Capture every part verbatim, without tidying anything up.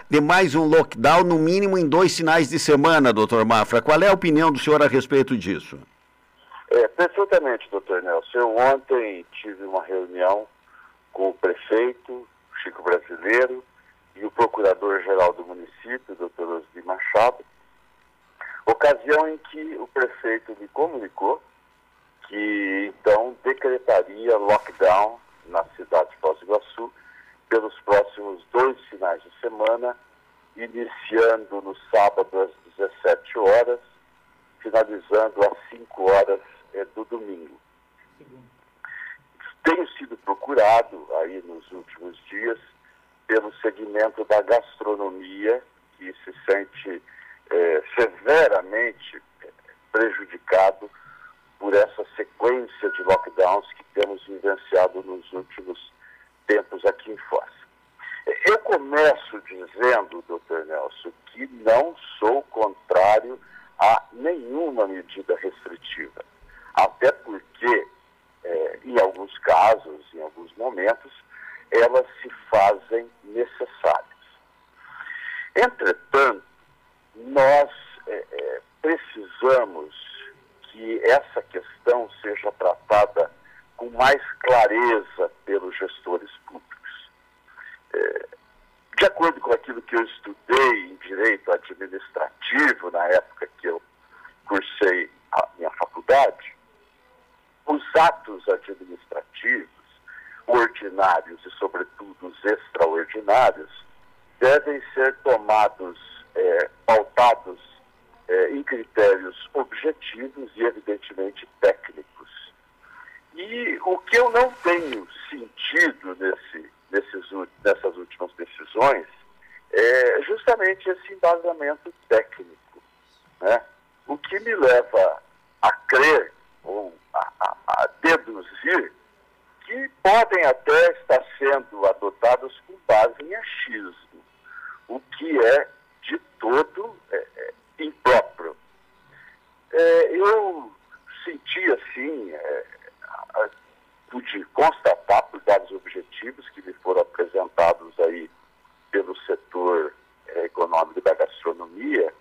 de mais um lockdown, no mínimo em dois finais de semana, doutor Mafra. Qual é a opinião do senhor a respeito disso? É, perfeitamente, doutor Nelson. Eu ontem tive uma reunião com o prefeito, Chico Brasileiro, e o procurador-geral do município, doutor Osni Machado, ocasião em que o prefeito me comunicou que, então, decretaria lockdown na cidade de Foz do Iguaçu pelos próximos dois finais de semana, iniciando no sábado às dezessete horas, finalizando às cinco horas é, do domingo. Tenho sido procurado aí nos últimos dias pelo segmento da gastronomia, que se sente é, severamente prejudicado por essa sequência de lockdowns que temos vivenciado nos últimos tempos aqui em Foz. Eu começo dizendo, doutor Nelson, que não sou contrário a nenhuma medida restritiva, até porque, é, em alguns casos, em alguns momentos, elas se fazem necessárias. Entretanto, nós é, é, precisamos que essa questão seja tratada com mais clareza pelos gestores públicos. É, de acordo com aquilo que eu estudei em direito administrativo, na época que eu cursei a minha faculdade, os atos administrativos, ordinários e, sobretudo, os extraordinários, devem ser tomados, é, pautados é, em critérios objetivos e, evidentemente, técnicos. E o que eu não tenho sentido nesse, nesses, nessas últimas decisões é justamente esse embasamento técnico, né? O que me leva a crer ou a, a, a deduzir que podem até estar sendo adotados com base em achismo, o que é de todo é, é, impróprio. É, eu senti assim, é, a, pude constatar por dados objetivos que me foram apresentados aí pelo setor é, econômico da gastronomia,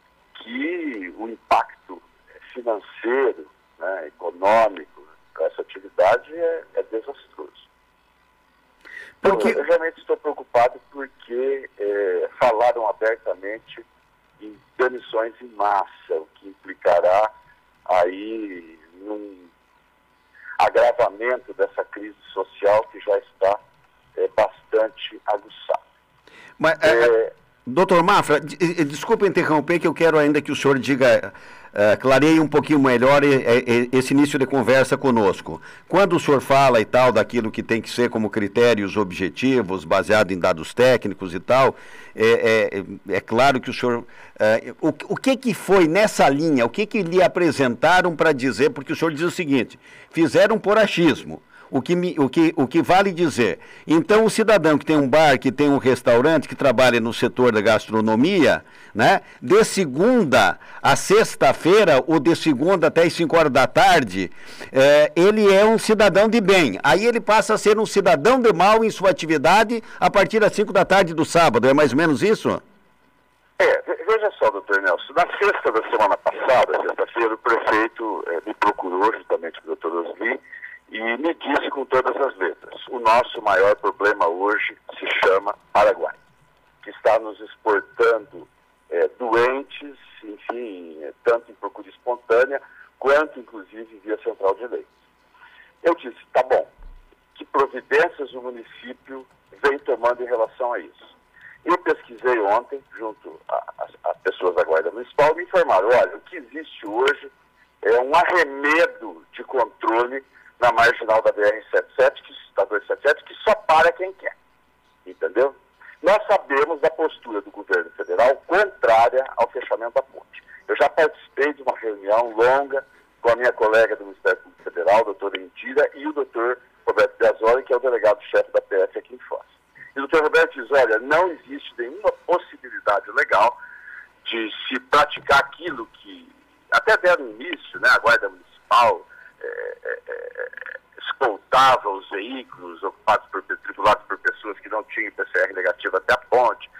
que o impacto financeiro, né, econômico para essa atividade é, é desastroso. Porque... Eu, eu realmente estou preocupado porque é, falaram abertamente em demissões em massa, o que implicará aí num agravamento dessa crise social que já está é, bastante aguçada. Mas, é... É... Doutor Mafra, desculpa interromper, que eu quero ainda que o senhor diga, uh, clareie um pouquinho melhor e, e, esse início de conversa conosco. Quando o senhor fala e tal, daquilo que tem que ser como critérios objetivos, baseado em dados técnicos e tal, é, é, é claro que o senhor... Uh, o, o que que foi nessa linha, o que que lhe apresentaram para dizer, porque o senhor diz o seguinte, fizeram por achismo. O que, me, o, que, o que vale dizer, então o cidadão que tem um bar, que tem um restaurante, que trabalha no setor da gastronomia, né, de segunda a sexta-feira, ou de segunda até as cinco horas da tarde, é, ele é um cidadão de bem. Aí ele passa a ser um cidadão de mal em sua atividade a partir das cinco da tarde do sábado, é mais ou menos isso? É, veja só, doutor Nelson, na sexta da semana passada, sexta-feira, o prefeito é, me procurou, juntamente com o doutor Osni, e me disse com todas as letras, o nosso maior problema hoje se chama Paraguai, que está nos exportando é, doentes, enfim, é, tanto em procura espontânea, quanto inclusive via central de leitos. Eu disse, tá bom, que providências o município vem tomando em relação a isso? Eu pesquisei ontem, junto a, a, a pessoas da Guarda Municipal, me informaram, olha, o que existe hoje é um arremedo de controle na marginal da B R setenta e sete, que, da duzentos e setenta e sete, que só para quem quer, entendeu? Nós sabemos da postura do governo federal contrária ao fechamento da ponte. Eu já participei de uma reunião longa com a minha colega do Ministério Público Federal, doutora Indira, e o doutor Roberto Biasoli, que é o delegado-chefe da P F aqui em Foz. E o doutor Roberto diz, olha, não existe nenhuma possibilidade legal de se praticar aquilo que, até deram início, né, a Guarda Municipal, É, é, é, escoltava os veículos ocupados por, tripulados por pessoas que não tinham P C R negativo até a ponte. É,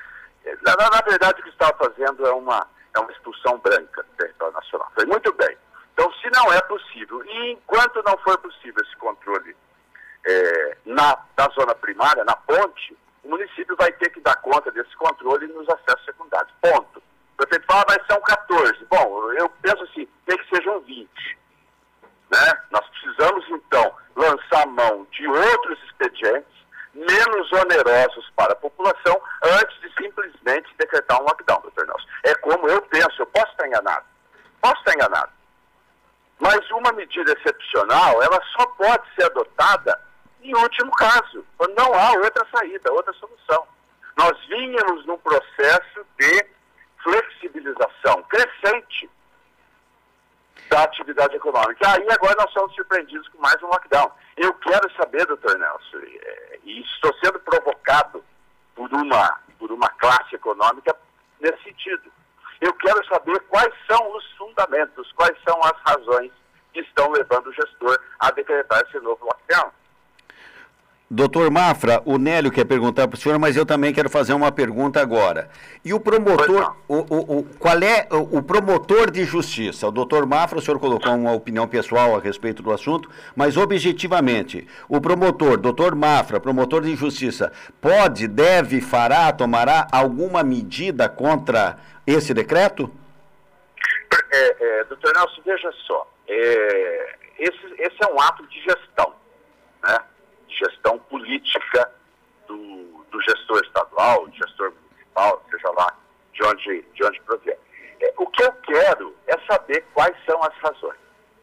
na, na verdade, o que estava fazendo é uma, é uma expulsão branca do território nacional. Foi muito bem. Então, se não é possível, e enquanto não for possível esse controle é, na, na zona primária, na ponte, o município vai ter que dar conta desse controle nos acessos secundários. Ponto. O prefeito fala, vai ser um catorze. Bom, eu penso assim, tem que seja um vinte. Né? Nós precisamos, então, lançar mão de outros expedientes menos onerosos para a população antes de simplesmente decretar um lockdown, doutor Nelson. É como eu penso, eu posso estar enganado. Posso estar enganado. Mas uma medida excepcional, ela só pode ser adotada em último caso, quando não há outra saída, outra solução. Nós vínhamos num processo de flexibilização crescente da atividade econômica. E aí agora nós somos surpreendidos com mais um lockdown. Eu quero saber, doutor Nelson, e estou sendo provocado por uma, por uma classe econômica nesse sentido. Eu quero saber quais são os fundamentos, quais são as razões que estão levando o gestor a decretar esse novo lockdown. Doutor Mafra, o Nélio quer perguntar para o senhor, mas eu também quero fazer uma pergunta agora. E o promotor, o, o, o, qual é o, o promotor de justiça? O doutor Mafra, o senhor colocou uma opinião pessoal a respeito do assunto, mas objetivamente, o promotor, doutor Mafra, promotor de justiça, pode, deve, fará, tomará alguma medida contra esse decreto? É, é, doutor Nelson, veja só, é, esse, esse é um ato de gestão, né? Gestão política do, do gestor estadual, do gestor municipal, seja lá de onde, de onde provier. É, o que eu quero é saber quais são as razões.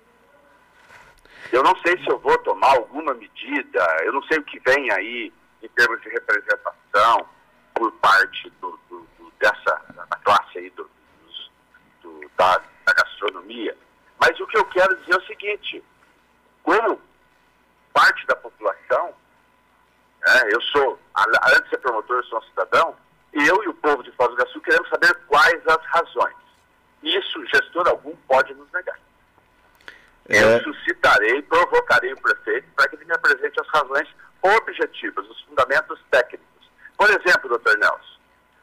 Eu não sei se eu vou tomar alguma medida, eu não sei o que vem aí em termos de representação por parte do, do, do, dessa da classe aí do, do, da, da gastronomia, mas o que eu quero dizer é o seguinte: como parte da população, né, eu sou, além de ser promotor, eu sou um cidadão, e eu e o povo de Foz do Iguaçu queremos saber quais as razões. Isso, gestor algum pode nos negar. É... Eu suscitarei, provocarei o prefeito para que ele me apresente as razões objetivas, os fundamentos técnicos. Por exemplo, doutor Nelson,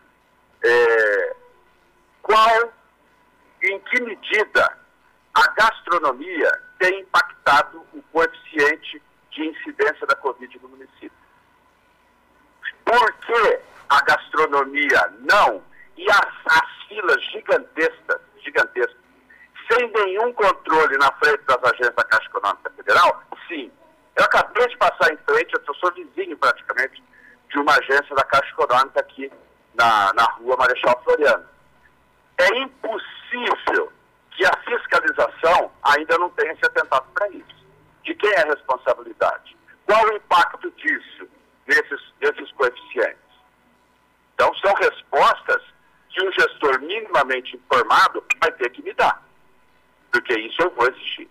é, qual, em que medida a gastronomia tem impactado o coeficiente de incidência da Covid no município? Por que a gastronomia não? E as, as filas gigantescas, gigantescas, sem nenhum controle na frente das agências da Caixa Econômica Federal? Sim. Eu acabei de passar em frente, eu sou vizinho praticamente de uma agência da Caixa Econômica aqui na, na rua Marechal Floriano. É impossível que a fiscalização ainda não tenha se atentado para isso. De quem é a responsabilidade? Qual o impacto disso, desses, desses coeficientes? Então, são respostas que um gestor minimamente informado vai ter que me dar, porque isso eu vou exigir.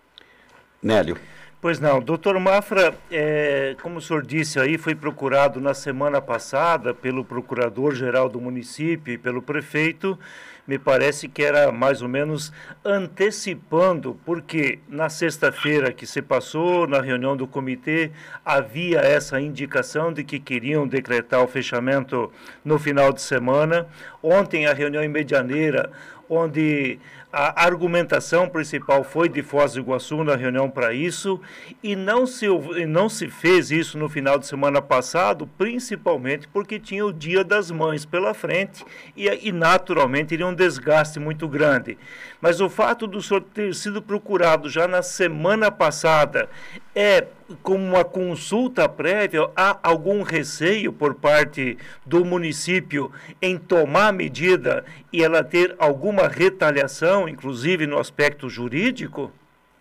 Nélio. Pois não, doutor Mafra, é, como o senhor disse aí, foi procurado na semana passada pelo procurador-geral do município e pelo prefeito. Me parece que era mais ou menos antecipando, porque na sexta-feira que se passou, na reunião do comitê, havia essa indicação de que queriam decretar o fechamento no final de semana. Ontem, a reunião em Medianeira, onde a argumentação principal foi de Foz do Iguaçu na reunião para isso, e não se, não se fez isso no final de semana passado, principalmente porque tinha o Dia das Mães pela frente e, e naturalmente iria um desgaste muito grande. Mas o fato do senhor ter sido procurado já na semana passada é como uma consulta prévia, há algum receio por parte do município em tomar medida e ela ter alguma retaliação, inclusive no aspecto jurídico?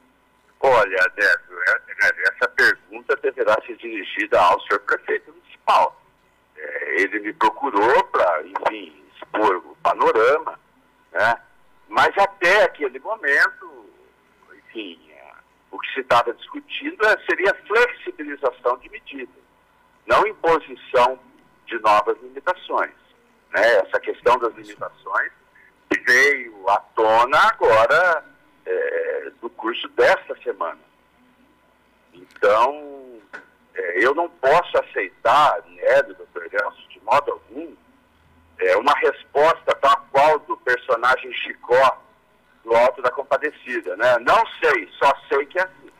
Olha, Décio, essa pergunta deverá ser dirigida ao senhor prefeito municipal. É, ele me procurou para, enfim, expor o panorama, né? Mas até aquele momento, enfim, o que se estava discutindo seria flexibilização de medidas, não imposição de novas limitações. Né? Essa questão das limitações veio à tona agora é, no curso desta semana. Então, é, eu não posso aceitar, né, doutor Nelson, de modo algum, é, uma resposta para a qual do personagem Chicó no Alto da Compadecida, né? Não sei, só sei que é assim.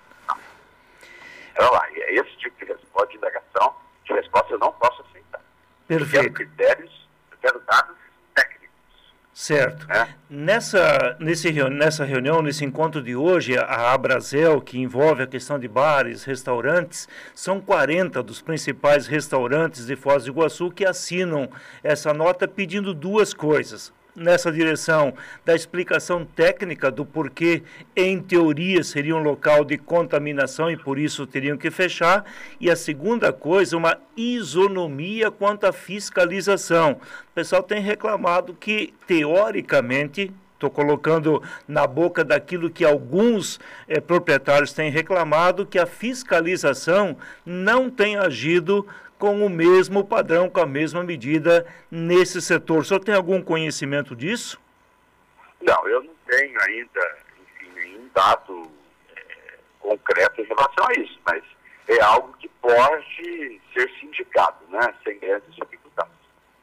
Olha lá, e é esse tipo de resposta de indagação, de resposta eu não posso aceitar. Perfeito. Eu quero critérios, eu quero dados técnicos. Certo. É. Nessa, nesse, nessa reunião, nesse encontro de hoje, a Abrazel, que envolve a questão de bares, restaurantes, são quarenta dos principais restaurantes de Foz do Iguaçu que assinam essa nota pedindo duas coisas. Nessa direção da explicação técnica do porquê, em teoria, seria um local de contaminação e por isso teriam que fechar. E a segunda coisa, uma isonomia quanto à fiscalização. O pessoal tem reclamado que, teoricamente, estou colocando na boca daquilo que alguns eh, proprietários têm reclamado, que a fiscalização não tem agido com o mesmo padrão, com a mesma medida nesse setor. O senhor tem algum conhecimento disso? Não, eu não tenho ainda, enfim, nenhum dado é, concreto em relação a isso, mas é algo que pode ser sindicado, né, sem grandes dificuldades.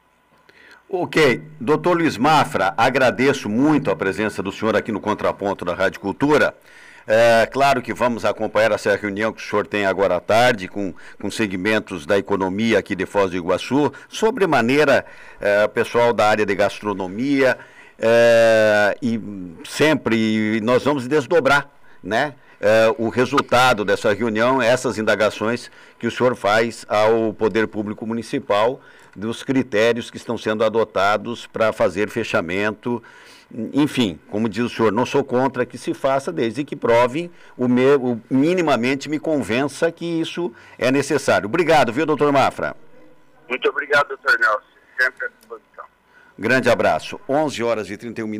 Ok. Doutor Luiz Mafra, agradeço muito a presença do senhor aqui no Contraponto da Rádio Cultura. É, claro que vamos acompanhar essa reunião que o senhor tem agora à tarde com, com segmentos da economia aqui de Foz do Iguaçu, sobremaneira é, pessoal da área de gastronomia, é, e sempre nós vamos desdobrar, né, é, o resultado dessa reunião, essas indagações que o senhor faz ao Poder Público Municipal, dos critérios que estão sendo adotados para fazer fechamento. Enfim, como diz o senhor, não sou contra que se faça, desde que provem, o me, o, minimamente me convença que isso é necessário. Obrigado, viu, doutor Mafra? Muito obrigado, doutor Nelson. Sempre à disposição. Grande abraço. onze horas e trinta e um minutos.